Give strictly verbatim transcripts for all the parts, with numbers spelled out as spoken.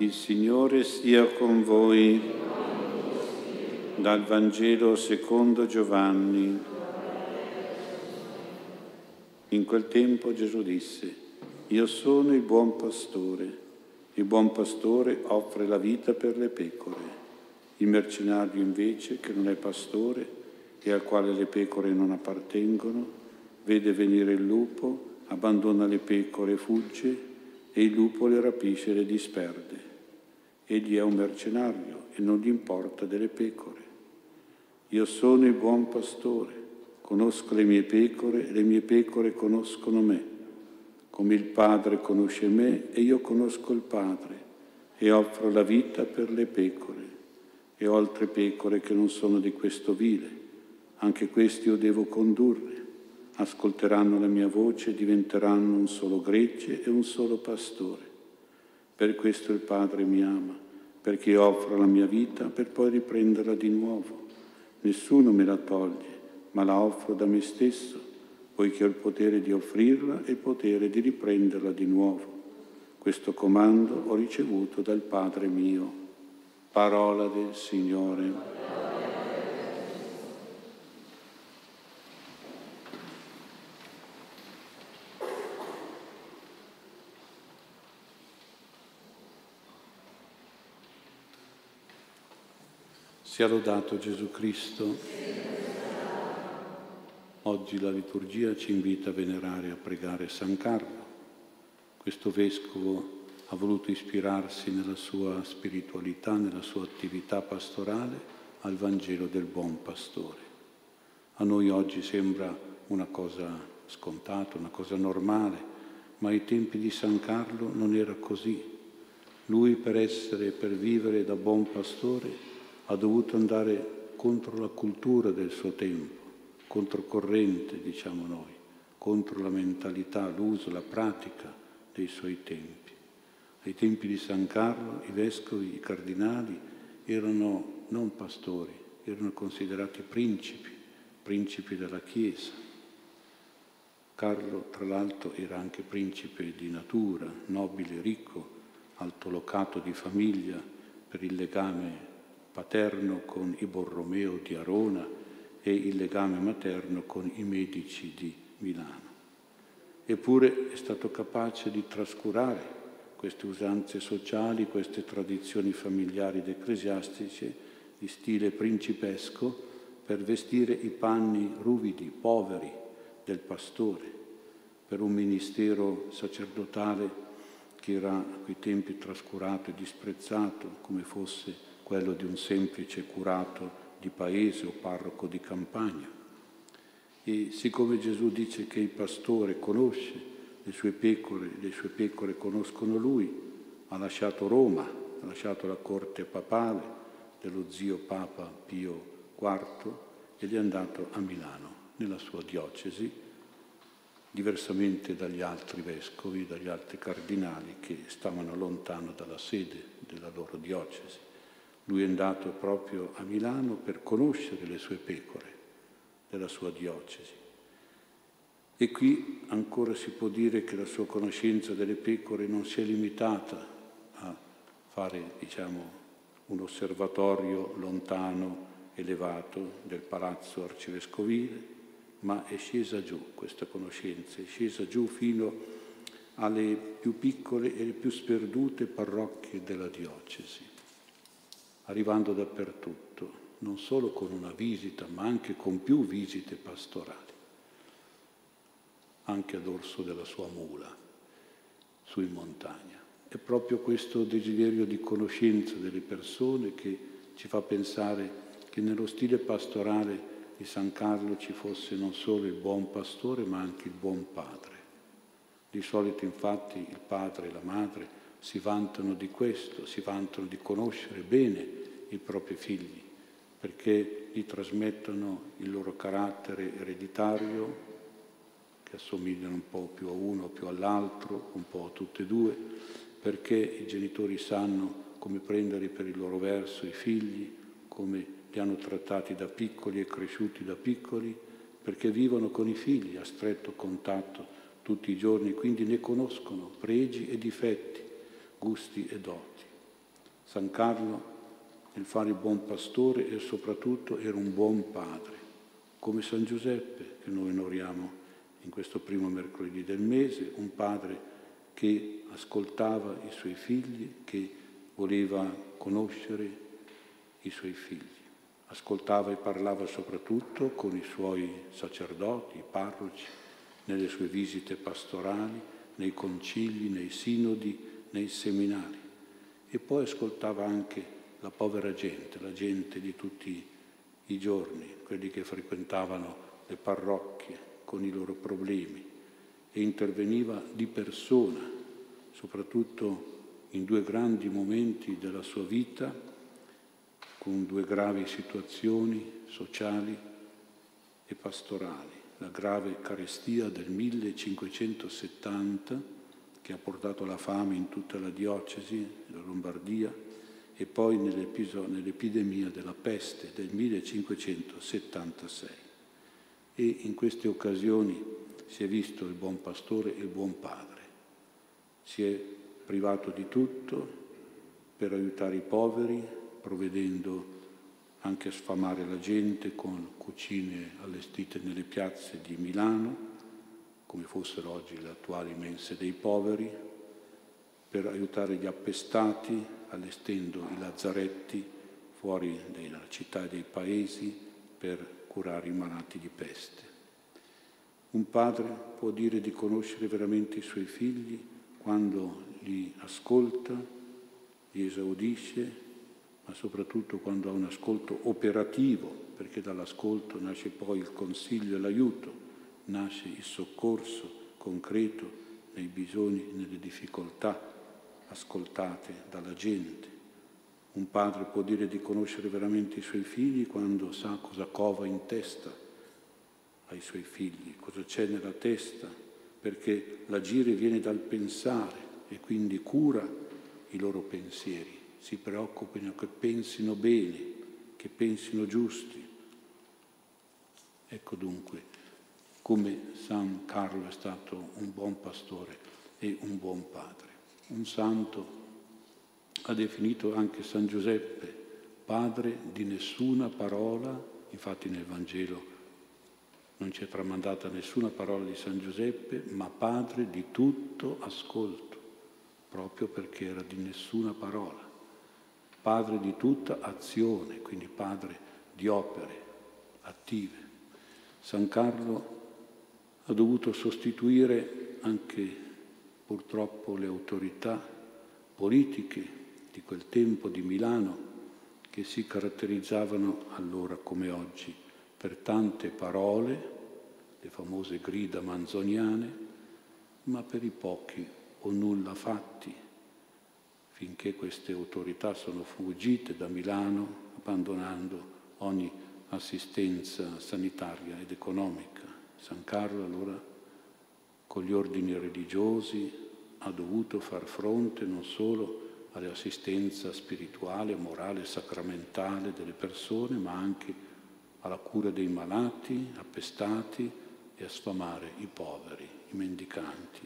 Il Signore sia con voi. Dal Vangelo secondo Giovanni. In quel tempo Gesù disse: Io sono il buon pastore. Il buon pastore offre la vita per le pecore. Il mercenario invece, che non è pastore e al quale le pecore non appartengono, vede venire il lupo, abbandona le pecore e fugge, e il lupo le rapisce e le disperde. Egli è un mercenario e non gli importa delle pecore. Io sono il buon pastore, conosco le mie pecore e le mie pecore conoscono me, come il Padre conosce me e io conosco il Padre e offro la vita per le pecore. E ho altre pecore che non sono di questo vile, anche questi io devo condurre. Ascolteranno la mia voce e diventeranno un solo gregge e un solo pastore. Per questo il Padre mi ama, perché io offro la mia vita per poi riprenderla di nuovo. Nessuno me la toglie, ma la offro da me stesso, poiché ho il potere di offrirla e il potere di riprenderla di nuovo. Questo comando ho ricevuto dal Padre mio. Parola del Signore. Sia lodato Gesù Cristo. Oggi la liturgia ci invita a venerare e a pregare San Carlo. Questo vescovo ha voluto ispirarsi nella sua spiritualità, nella sua attività pastorale, al Vangelo del buon pastore. A noi oggi sembra una cosa scontata, una cosa normale, ma ai tempi di San Carlo non era così. Lui, per essere, per vivere da buon pastore, ha dovuto andare contro la cultura del suo tempo, controcorrente, diciamo noi, contro la mentalità, l'uso, la pratica dei suoi tempi. Ai tempi di San Carlo i vescovi, i cardinali erano non pastori, erano considerati principi, principi della Chiesa. Carlo, tra l'altro, era anche principe di natura, nobile, ricco, altolocato di famiglia per il legame paterno con i Borromeo di Arona e il legame materno con i Medici di Milano. Eppure è stato capace di trascurare queste usanze sociali, queste tradizioni familiari ed ecclesiastiche di stile principesco per vestire i panni ruvidi, poveri del pastore, per un ministero sacerdotale che era a quei tempi trascurato e disprezzato come fosse quello di un semplice curato di paese o parroco di campagna. E siccome Gesù dice che il pastore conosce le sue pecore, le sue pecore conoscono lui, ha lasciato Roma, ha lasciato la corte papale dello zio Papa Pio quarto ed è andato a Milano, nella sua diocesi, diversamente dagli altri vescovi, dagli altri cardinali che stavano lontano dalla sede della loro diocesi. Lui è andato proprio a Milano per conoscere le sue pecore della sua diocesi. E qui ancora si può dire che la sua conoscenza delle pecore non si è limitata a fare, diciamo, un osservatorio lontano, elevato del palazzo arcivescovile, ma è scesa giù questa conoscenza, è scesa giù fino alle più piccole e le più sperdute parrocchie della diocesi, arrivando dappertutto, non solo con una visita, ma anche con più visite pastorali, anche a dorso della sua mula, su in montagna. È proprio questo desiderio di conoscenza delle persone che ci fa pensare che nello stile pastorale di San Carlo ci fosse non solo il buon pastore, ma anche il buon padre. Di solito, infatti, il padre e la madre si vantano di questo, si vantano di conoscere bene i propri figli, perché gli trasmettono il loro carattere ereditario, che assomigliano un po' più a uno o più all'altro, un po' a tutte e due, perché i genitori sanno come prendere per il loro verso i figli, come li hanno trattati da piccoli e cresciuti da piccoli, perché vivono con i figli a stretto contatto tutti i giorni, quindi ne conoscono pregi e difetti, gusti e doti. San Carlo, nel fare il buon pastore, e soprattutto era un buon padre, come San Giuseppe, che noi onoriamo in questo primo mercoledì del mese, un padre che ascoltava i suoi figli, che voleva conoscere i suoi figli. Ascoltava e parlava soprattutto con i suoi sacerdoti, i parroci, nelle sue visite pastorali, nei concili, nei sinodi, nei seminari. E poi ascoltava anche la povera gente, la gente di tutti i giorni, quelli che frequentavano le parrocchie con i loro problemi, e interveniva di persona, soprattutto in due grandi momenti della sua vita, con due gravi situazioni sociali e pastorali. La grave carestia del millecinquecentosettanta, che ha portato la fame in tutta la diocesi della Lombardia, e poi nell'epidemia della peste del millecinquecentosettantasei. E in queste occasioni si è visto il buon pastore e il buon padre. Si è privato di tutto per aiutare i poveri, provvedendo anche a sfamare la gente con cucine allestite nelle piazze di Milano, come fossero oggi le attuali mense dei poveri, per aiutare gli appestati, allestendo i lazzaretti fuori dalla città e dei paesi per curare i malati di peste. Un padre può dire di conoscere veramente i suoi figli quando li ascolta, li esaudisce, ma soprattutto quando ha un ascolto operativo, perché dall'ascolto nasce poi il consiglio e l'aiuto, nasce il soccorso concreto nei bisogni, nelle difficoltà ascoltate dalla gente. Un padre può dire di conoscere veramente i suoi figli quando sa cosa cova in testa ai suoi figli, cosa c'è nella testa, perché l'agire viene dal pensare e quindi cura i loro pensieri. Si preoccupino che pensino bene, che pensino giusti. Ecco dunque come San Carlo è stato un buon pastore e un buon padre. Un santo ha definito anche San Giuseppe padre di nessuna parola, infatti nel Vangelo non c'è tramandata nessuna parola di San Giuseppe, ma padre di tutto ascolto, proprio perché era di nessuna parola. Padre di tutta azione, quindi padre di opere attive. San Carlo ha dovuto sostituire anche purtroppo le autorità politiche di quel tempo di Milano, che si caratterizzavano allora come oggi per tante parole, le famose grida manzoniane, ma per i pochi o nulla fatti, finché queste autorità sono fuggite da Milano, abbandonando ogni assistenza sanitaria ed economica. San Carlo allora, con gli ordini religiosi, ha dovuto far fronte non solo all'assistenza spirituale, morale, sacramentale delle persone, ma anche alla cura dei malati, appestati, e a sfamare i poveri, i mendicanti.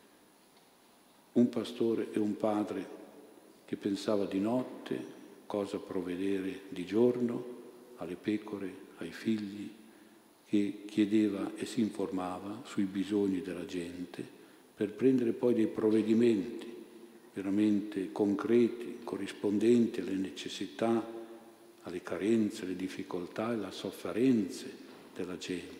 Un pastore e un padre che pensava di notte cosa provvedere di giorno alle pecore, ai figli, che chiedeva e si informava sui bisogni della gente per prendere poi dei provvedimenti veramente concreti, corrispondenti alle necessità, alle carenze, alle difficoltà e alle sofferenze della gente.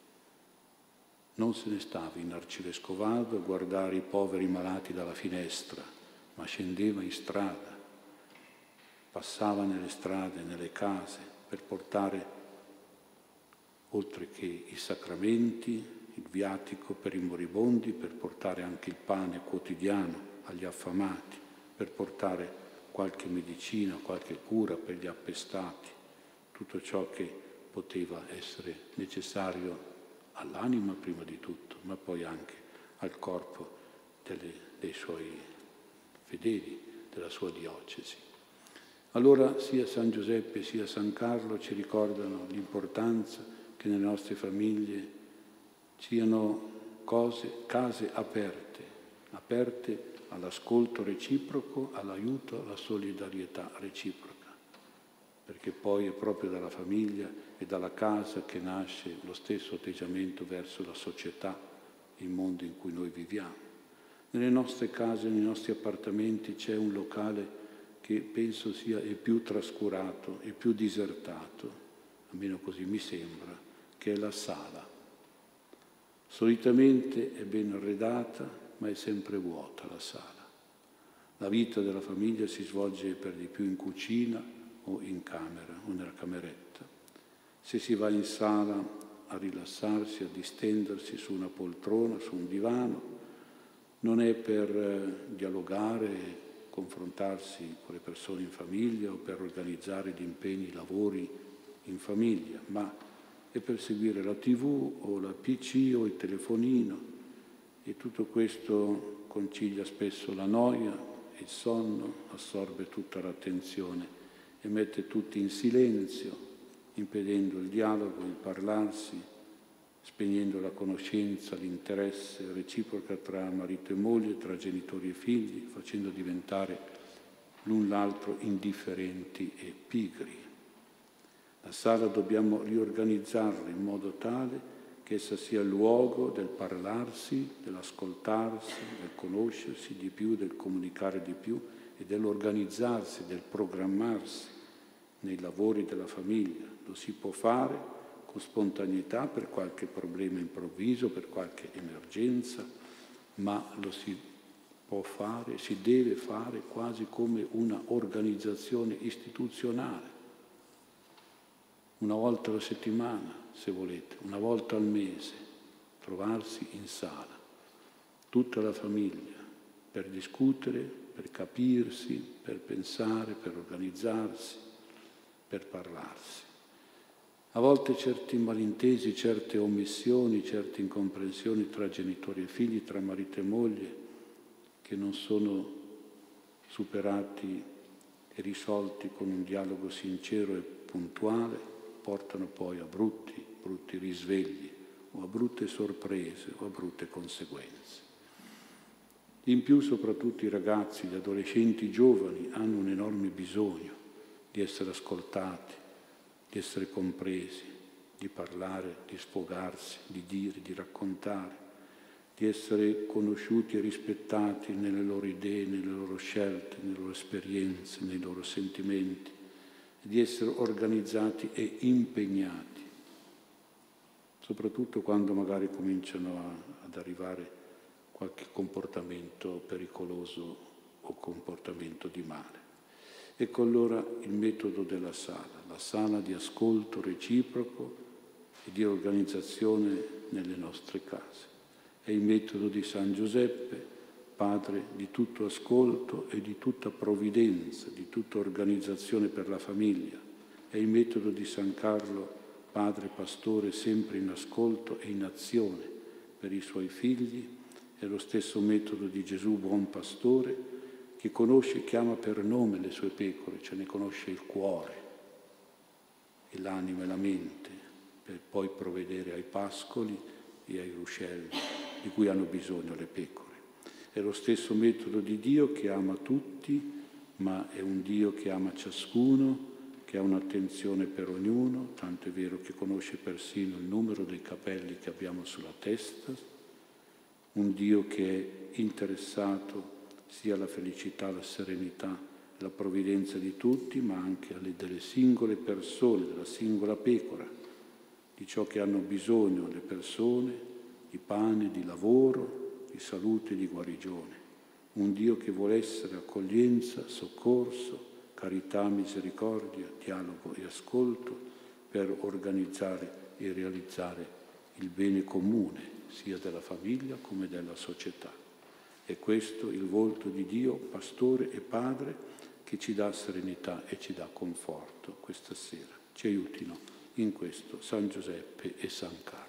Non se ne stava in arcivescovado a guardare i poveri malati dalla finestra, ma scendeva in strada, passava nelle strade, nelle case, per portare, oltre che i sacramenti, il viatico per i moribondi, per portare anche il pane quotidiano agli affamati, per portare qualche medicina, qualche cura per gli appestati, tutto ciò che poteva essere necessario all'anima prima di tutto, ma poi anche al corpo delle, dei suoi fedeli, della sua diocesi. Allora sia San Giuseppe sia San Carlo ci ricordano l'importanza che nelle nostre famiglie siano cose, case aperte, aperte all'ascolto reciproco, all'aiuto, alla solidarietà reciproca. Perché poi è proprio dalla famiglia e dalla casa che nasce lo stesso atteggiamento verso la società, il mondo in cui noi viviamo. Nelle nostre case, nei nostri appartamenti c'è un locale che penso sia il più trascurato, il più disertato, almeno così mi sembra, che è la sala. Solitamente è ben arredata, ma è sempre vuota la sala. La vita della famiglia si svolge per di più in cucina o in camera o nella cameretta. Se si va in sala a rilassarsi, a distendersi su una poltrona, su un divano, non è per eh, dialogare, confrontarsi con le persone in famiglia o per organizzare gli impegni, i lavori in famiglia, ma è per seguire la tivù o la pi ci o il telefonino, e tutto questo concilia spesso la noia, il sonno, assorbe tutta l'attenzione e mette tutti in silenzio, impedendo il dialogo, il parlarsi, spegnendo la conoscenza, l'interesse reciproca tra marito e moglie, tra genitori e figli, facendo diventare l'un l'altro indifferenti e pigri. La sala dobbiamo riorganizzarla in modo tale che essa sia il luogo del parlarsi, dell'ascoltarsi, del conoscersi di più, del comunicare di più e dell'organizzarsi, del programmarsi nei lavori della famiglia. Lo si può fare con spontaneità per qualche problema improvviso, per qualche emergenza, ma lo si può fare, si deve fare quasi come una organizzazione istituzionale. Una volta alla settimana, se volete, una volta al mese, trovarsi in sala, tutta la famiglia, per discutere, per capirsi, per pensare, per organizzarsi, per parlarsi. A volte certi malintesi, certe omissioni, certe incomprensioni tra genitori e figli, tra marito e moglie, che non sono superati e risolti con un dialogo sincero e puntuale, portano poi a brutti, brutti risvegli, o a brutte sorprese, o a brutte conseguenze. In più, soprattutto i ragazzi, gli adolescenti, i giovani hanno un enorme bisogno di essere ascoltati, di essere compresi, di parlare, di sfogarsi, di dire, di raccontare, di essere conosciuti e rispettati nelle loro idee, nelle loro scelte, nelle loro esperienze, nei loro sentimenti, di essere organizzati e impegnati, soprattutto quando magari cominciano a, ad arrivare qualche comportamento pericoloso o comportamento di male. Ecco allora il metodo della sala, la sala di ascolto reciproco e di organizzazione nelle nostre case. È il metodo di San Giuseppe, padre di tutto ascolto e di tutta provvidenza, di tutta organizzazione per la famiglia. È il metodo di San Carlo, padre pastore sempre in ascolto e in azione per i suoi figli. È lo stesso metodo di Gesù, buon pastore, che conosce e chiama per nome le sue pecore, cioè ne conosce il cuore, e l'anima e la mente, per poi provvedere ai pascoli e ai ruscelli di cui hanno bisogno le pecore. È lo stesso metodo di Dio che ama tutti, ma è un Dio che ama ciascuno, che ha un'attenzione per ognuno, tanto è vero che conosce persino il numero dei capelli che abbiamo sulla testa, un Dio che è interessato sia alla felicità, alla serenità, alla provvidenza di tutti, ma anche alle, delle singole persone, della singola pecora, di ciò che hanno bisogno le persone, di pane, di lavoro, di salute, di guarigione. Un Dio che vuole essere accoglienza, soccorso, carità, misericordia, dialogo e ascolto per organizzare e realizzare il bene comune, sia della famiglia come della società. È questo il volto di Dio, pastore e padre, che ci dà serenità e ci dà conforto questa sera. Ci aiutino in questo San Giuseppe e San Carlo.